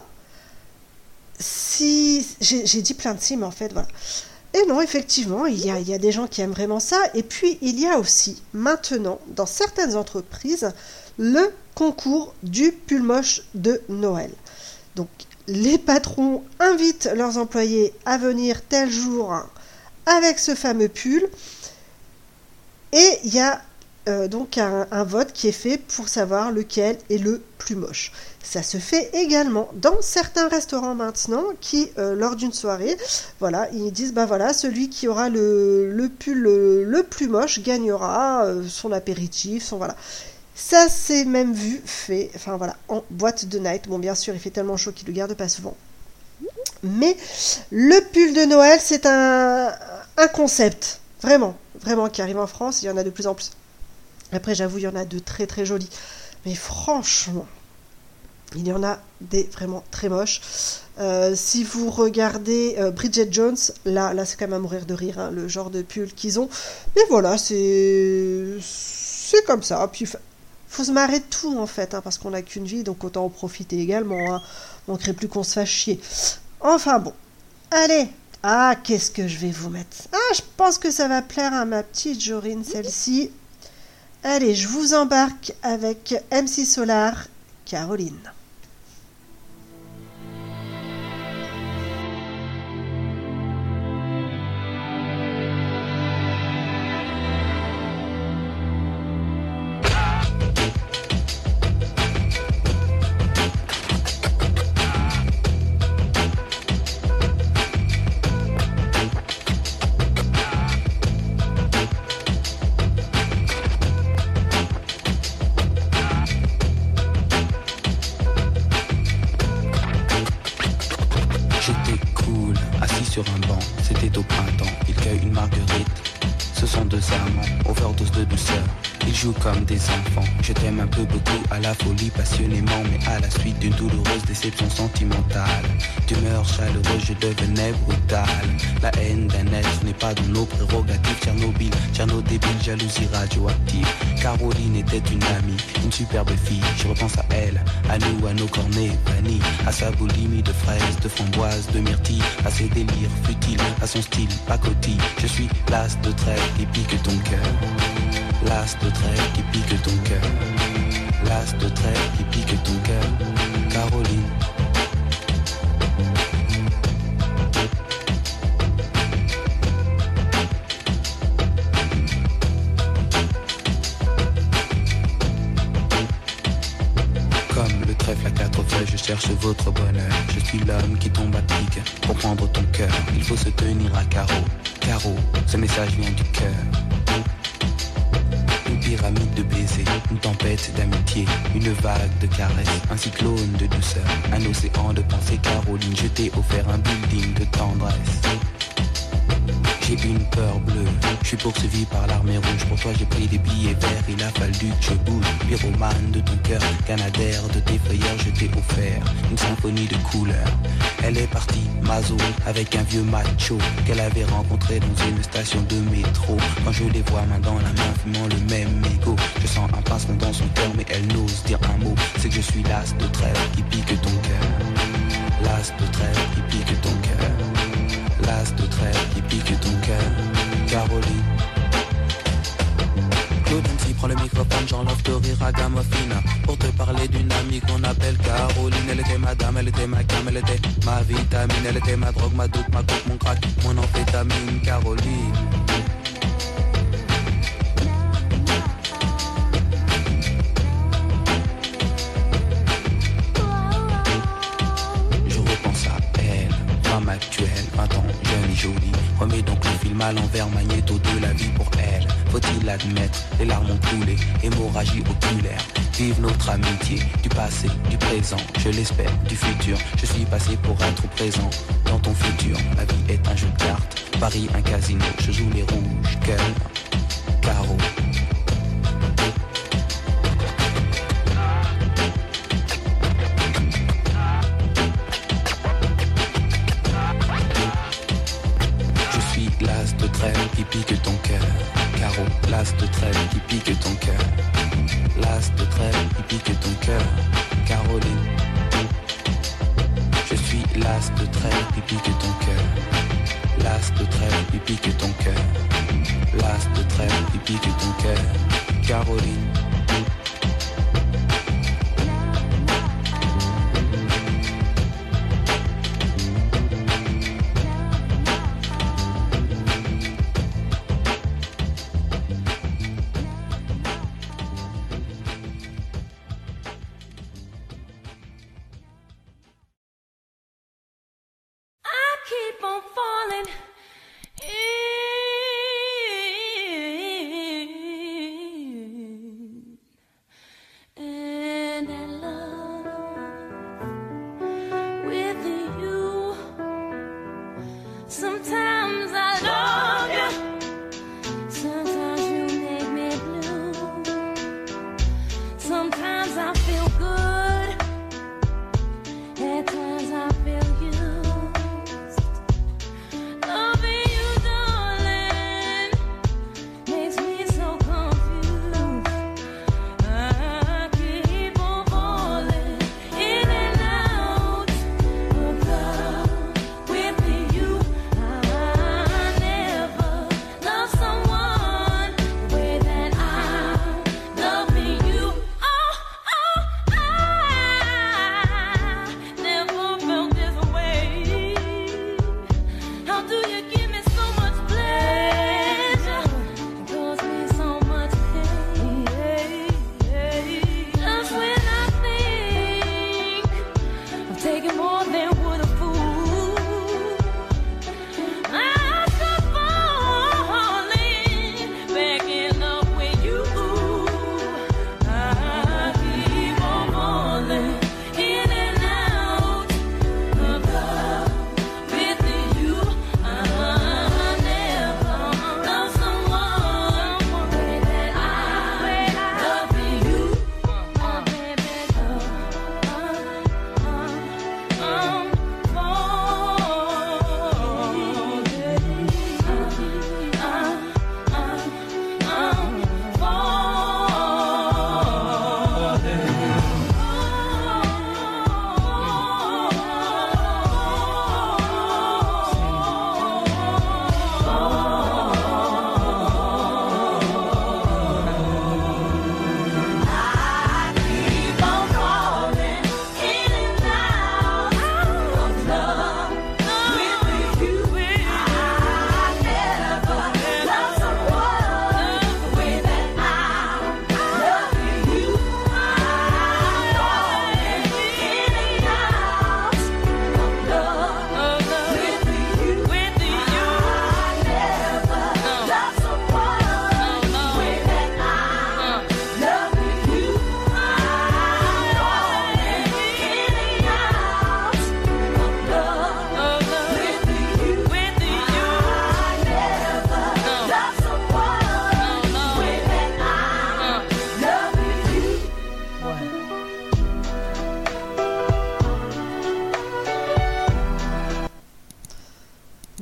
si... J'ai, j'ai dit plein de si, mais en fait, voilà. Et non, effectivement, il y a, il y a des gens qui aiment vraiment ça. Et puis, il y a aussi, maintenant, dans certaines entreprises, le concours du pull moche de Noël. Donc, les patrons invitent leurs employés à venir tel jour avec ce fameux pull. Et il y a euh, donc un, un vote qui est fait pour savoir lequel est le plus moche. Ça se fait également dans certains restaurants maintenant qui, euh, lors d'une soirée, voilà, ils disent, bah voilà, celui qui aura le, le pull le, le plus moche gagnera euh, son apéritif, son voilà. Ça, c'est même vu, fait, enfin voilà, en boîte de night. Bon, bien sûr, il fait tellement chaud qu'il ne le garde pas souvent. Mais le pull de Noël, c'est un, un concept, vraiment, vraiment, qui arrive en France. Il y en a de plus en plus. Après, j'avoue, il y en a de très très jolis. Mais franchement, il y en a des vraiment très moches. Euh, si vous regardez euh, Bridget Jones, là, là c'est quand même à mourir de rire, hein, le genre de pull qu'ils ont. Mais voilà, c'est, c'est comme ça. Puis, faut se marrer de tout en fait, hein, parce qu'on n'a qu'une vie, donc autant en profiter également. Hein. Manquerait plus qu'on se fasse chier. Enfin bon, allez. Ah, qu'est-ce que je vais vous mettre? Ah, je pense que ça va plaire à ma petite Jorine, celle-ci. Allez, je vous embarque avec M C Solar, Caroline. We'll be right back. sur un banc, c'était au printemps. Il cueille une marguerite. Ce sont deux amants, overdose de douceur. Ils jouent comme des enfants. Je t'aime un peu beaucoup, à la folie passionnément, mais à la suite d'une douloureuse déception sentimentale. D'humeur chaleureuse, je devenais brutal. La haine d'un être n'est pas dans nos prérogatives. Tchernobyl, Tcherno débile, jalousie radioactive. Caroline était une amie, une superbe fille. Je repense à elle, à nous, à nos cornets bannis, à sa boulimie de fraises, de framboises, de myrtilles, à ses délires futiles, à son style pacotille. Je suis l'as de trêve qui pique ton cœur. L'as de trêve qui pique ton cœur. L'as de trêve qui pique ton cœur. Caroline. Comme le trèfle à quatre feuilles, je cherche votre bonheur. Je suis l'homme qui tombe à pic pour prendre ton cœur. Il faut se tenir à carreau. Carreau, ce message vient du cœur. Une pyramide de baisers, une tempête d'amitié, une vague de caresses, un cyclone de douceur, un océan de pensées. Caroline, je t'ai offert un building de tendresse. J'ai une peur bleue, je suis poursuivi par l'armée rouge. Pour toi j'ai pris des billets verts, il a fallu que je bouge. Pyromane de ton cœur, canadair de tes frayeurs. Je t'ai offert une symphonie de couleurs. Elle est partie, Mazo, avec un vieux macho qu'elle avait rencontré dans une station de métro. Quand je les vois main dans la main, fumant le même mégot, je sens un pincement dans son cœur, mais elle n'ose dire un mot. C'est que je suis l'as de trêve qui pique ton cœur. L'as de trêve qui pique ton cœur. L'as de trêve qui pique ton cœur. Caroline. Claude M C prend le microphone, j'enlève de rire à Gamofina pour te parler d'une amie qu'on appelle Caroline. Elle était ma dame, elle était ma cam, elle était ma vitamine. Elle était ma drogue, ma dope, ma coke, mon crack, mon amphétamine. Caroline. Je repense à elle, femme actuelle, vingt ans, jeune et jolie. Remets donc le film à l'envers, magnéto de la vie pour elle. Faut-il l'admettre, les larmes ont coulé, hémorragie oculaire. Vive notre amitié, du passé, du présent, je l'espère, du futur. Je suis passé pour être présent dans ton futur. La vie est un jeu de cartes, Paris un casino. Je joue les rouges, cœur, carreau. L'as de trêve qui pique ton cœur. Carreau, l'as de trêve qui pique ton cœur. L'as de trêve qui pique ton cœur. Caroline. Je suis l'as de trêve qui pique ton cœur. L'as de trêve qui pique ton cœur. L'as de trêve qui pique ton cœur. Caroline. Keep on falling in.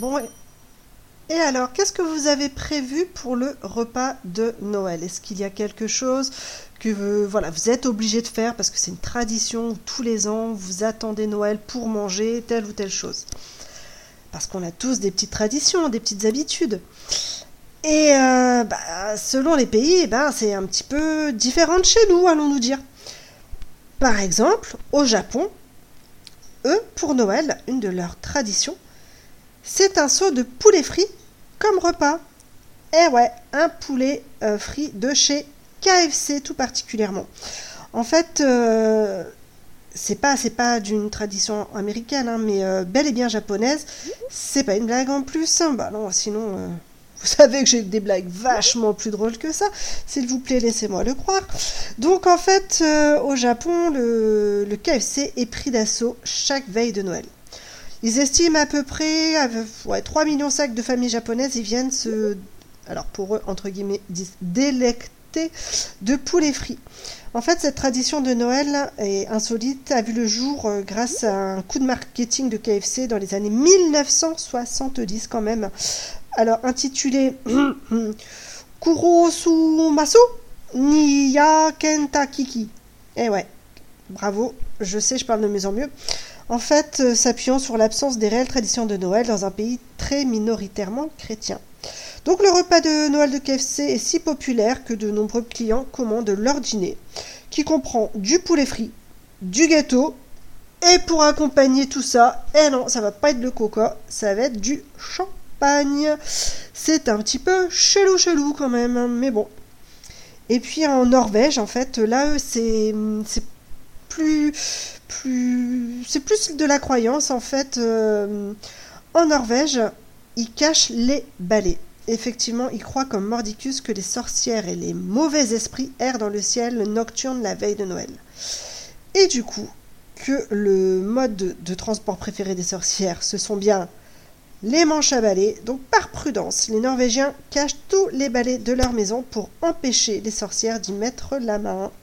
Bon, et, et alors, qu'est-ce que vous avez prévu pour le repas de Noël? Est-ce qu'il y a quelque chose que euh, voilà, vous êtes obligé de faire parce que c'est une tradition où tous les ans vous attendez Noël pour manger telle ou telle chose? Parce qu'on a tous des petites traditions, des petites habitudes. Et euh, bah, selon les pays, bah, c'est un petit peu différent de chez nous, allons-nous dire. Par exemple, au Japon, eux, pour Noël, une de leurs traditions, c'est un seau de poulet frit comme repas. Eh ouais, un poulet euh, frit de chez K F C tout particulièrement. En fait, euh, c'est pas, c'est pas d'une tradition américaine, hein, mais euh, bel et bien japonaise. C'est pas une blague en plus. Hein. Bah non, sinon, euh, vous savez que j'ai des blagues vachement plus drôles que ça. S'il vous plaît, laissez-moi le croire. Donc en fait, euh, au Japon, le, le K F C est pris d'assaut chaque veille de Noël. Ils estiment à peu près euh, ouais, trois millions cinq de familles japonaises. Ils viennent se, alors pour eux, entre guillemets, délecter de poulet frit. En fait, cette tradition de Noël est insolite, a vu le jour euh, grâce à un coup de marketing de K F C dans les années mille neuf cent soixante-dix quand même. Alors, intitulé Kurosumasu Niya Kentakiki. Eh ouais, bravo, je sais, je parle de mieux en mieux. En fait, euh, s'appuyant sur l'absence des réelles traditions de Noël dans un pays très minoritairement chrétien. Donc le repas de Noël de K F C est si populaire que de nombreux clients commandent leur dîner, qui comprend du poulet frit, du gâteau, et pour accompagner tout ça, eh non, ça va pas être le coca, ça va être du champagne. C'est un petit peu chelou chelou quand même, mais bon. Et puis en Norvège, en fait, là, c'est, c'est plus, plus, c'est plus de la croyance, en fait. Euh, en Norvège, ils cachent les balais. Effectivement, ils croient comme Mordicus que les sorcières et les mauvais esprits errent dans le ciel nocturne la veille de Noël. Et du coup, que le mode de, de transport préféré des sorcières, ce sont bien les manches à balai. Donc par prudence, les Norvégiens cachent tous les balais de leur maison pour empêcher les sorcières d'y mettre la main.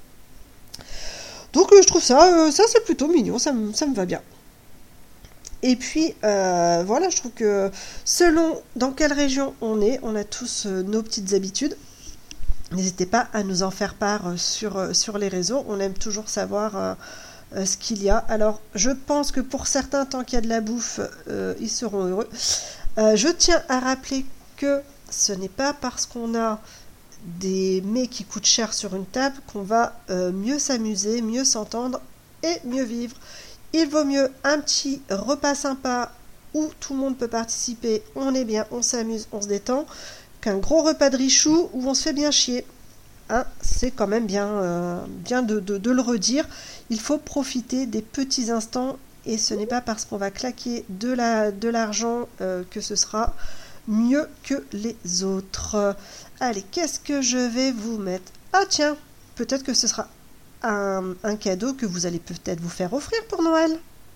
Donc euh, je trouve ça, euh, ça c'est plutôt mignon, ça, m- ça me va bien. Et puis, euh, voilà, je trouve que selon dans quelle région on est, on a tous euh, nos petites habitudes. N'hésitez pas à nous en faire part euh, sur, euh, sur les réseaux. On aime toujours savoir euh, euh, ce qu'il y a. Alors, je pense que pour certains, tant qu'il y a de la bouffe, euh, ils seront heureux. Euh, je tiens à rappeler que ce n'est pas parce qu'on a des mets qui coûtent cher sur une table qu'on va euh, mieux s'amuser, mieux s'entendre et mieux vivre. Il vaut mieux un petit repas sympa où tout le monde peut participer, on est bien, on s'amuse, on se détend, qu'un gros repas de richou où on se fait bien chier. Hein, c'est quand même bien, euh, bien de, de, de le redire. Il faut profiter des petits instants et ce n'est pas parce qu'on va claquer de, la, de l'argent euh, que ce sera mieux que les autres. Allez, qu'est-ce que je vais vous mettre? Ah tiens, peut-être que ce sera Un, un cadeau que vous allez peut-être vous faire offrir pour Noël.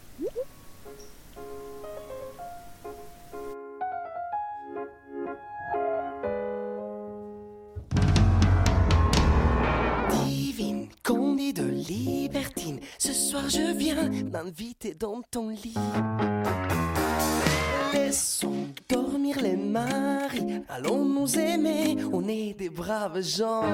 Divine, candide, libertine, ce soir je viens m'inviter dans ton lit. Laissons dormir les maris, allons nous aimer, on est des braves gens.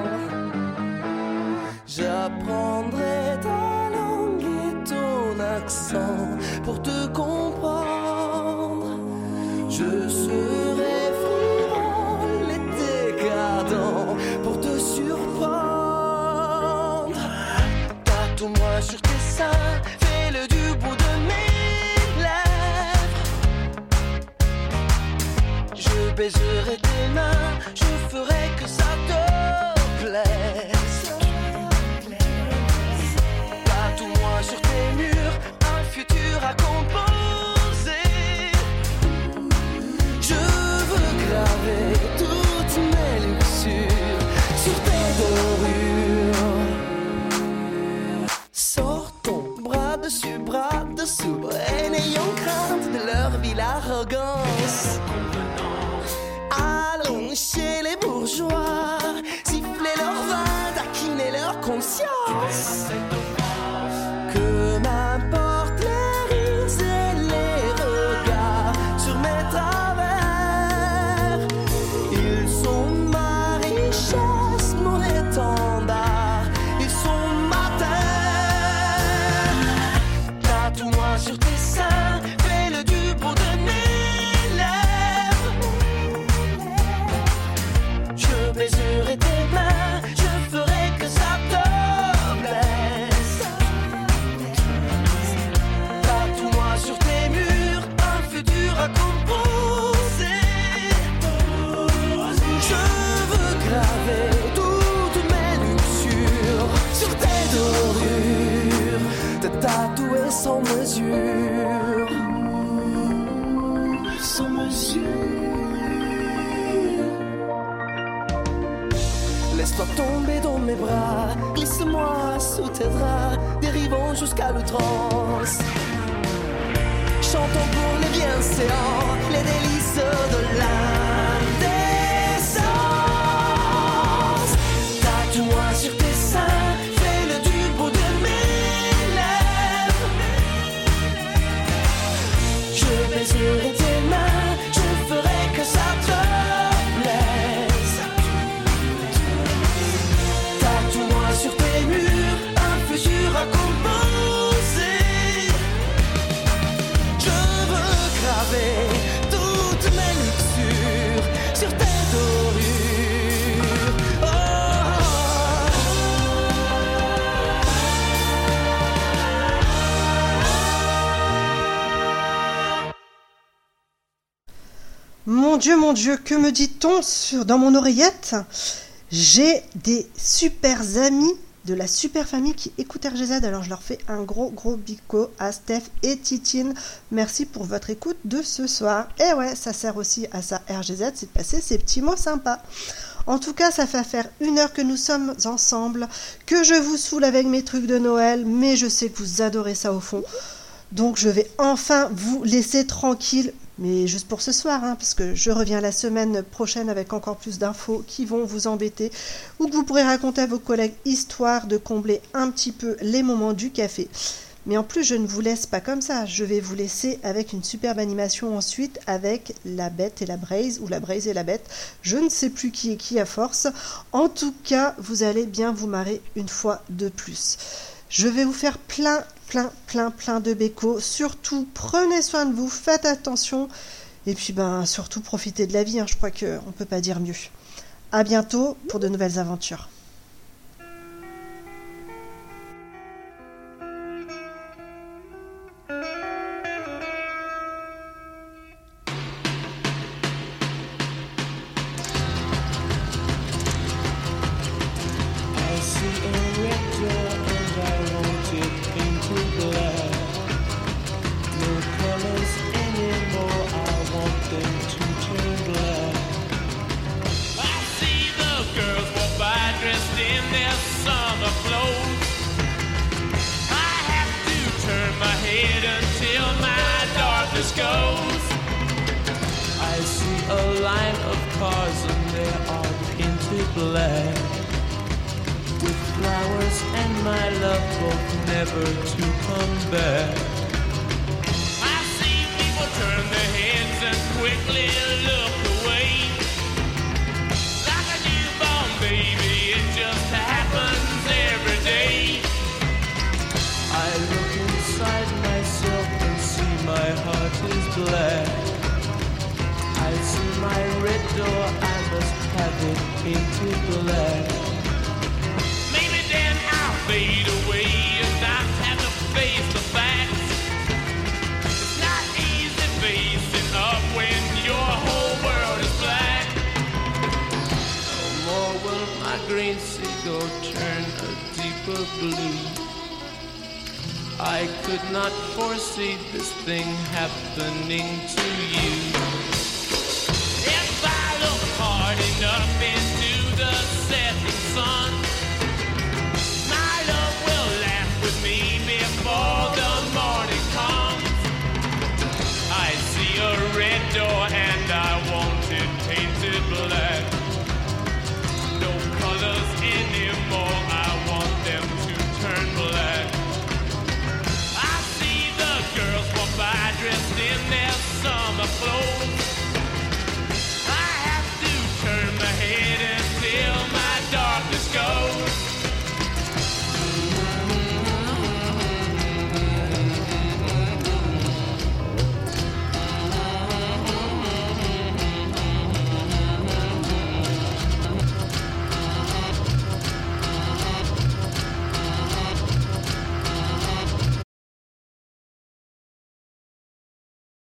J'apprendrai ta langue et ton accent pour te comprendre. Je serai frivole et décadent pour te surprendre. Tatoue-moi sur tes seins, fais-le du bout de mes lèvres. Je baiserai tes mains, je ferai que ça te plaise. Sur tes murs, un futur à composer. Je veux graver toutes mes luxures sur tes dorures. Sors ton bras dessus, bras dessous, et n'ayons crainte de leur ville arrogance. Allons chez les bourgeois, siffler leur vin, taquiner leur conscience. M'importe les rises et les regards sur mes travers. Laisse-toi tomber dans mes bras, glisse-moi sous tes draps, dérivons jusqu'à l'outrance. Chantons pour les bienséants, les délices de l'indécence. Tatoue-moi sur tes seins, fais-le du bout de mes lèvres. Je baiserai tes mains, je ferai que ça te plaise. Tatoue-moi sur tes murs, un futur à composer. Je veux graver toutes mes luxures sur tes dorures. Oh. Mon Dieu, mon Dieu, que me dit-on sur, dans mon oreillette? J'ai des super amis de la super famille qui écoutent R G Z, alors je leur fais un gros gros bico à Steph et Titine. Merci pour votre écoute de ce soir. Et ouais, ça sert aussi à ça R G Z, c'est de passer ces petits mots sympas. En tout cas, ça fait faire une heure que nous sommes ensemble, que je vous saoule avec mes trucs de Noël, mais je sais que vous adorez ça au fond. Donc je vais enfin vous laisser tranquille, mais juste pour ce soir, hein, parce que je reviens la semaine prochaine avec encore plus d'infos qui vont vous embêter, ou que vous pourrez raconter à vos collègues, histoire de combler un petit peu les moments du café. Mais en plus, je ne vous laisse pas comme ça, je vais vous laisser avec une superbe animation ensuite, avec la Bête et la Braise, ou la Braise et la Bête, je ne sais plus qui est qui à force. En tout cas, vous allez bien vous marrer une fois de plus. Je vais vous faire plein, plein, plein, plein de bécos. Surtout, prenez soin de vous, faites attention. Et puis, ben, surtout, profitez de la vie. Hein. Je crois qu'on ne peut pas dire mieux. À bientôt pour de nouvelles aventures. I could not foresee this thing happening to you. If I look hard enough into the setting sun, my love will laugh with me before the morning comes. I see a red door and I want it painted black. No colors anymore, I want them to turn black. Girls walk by dressed in their summer clothes.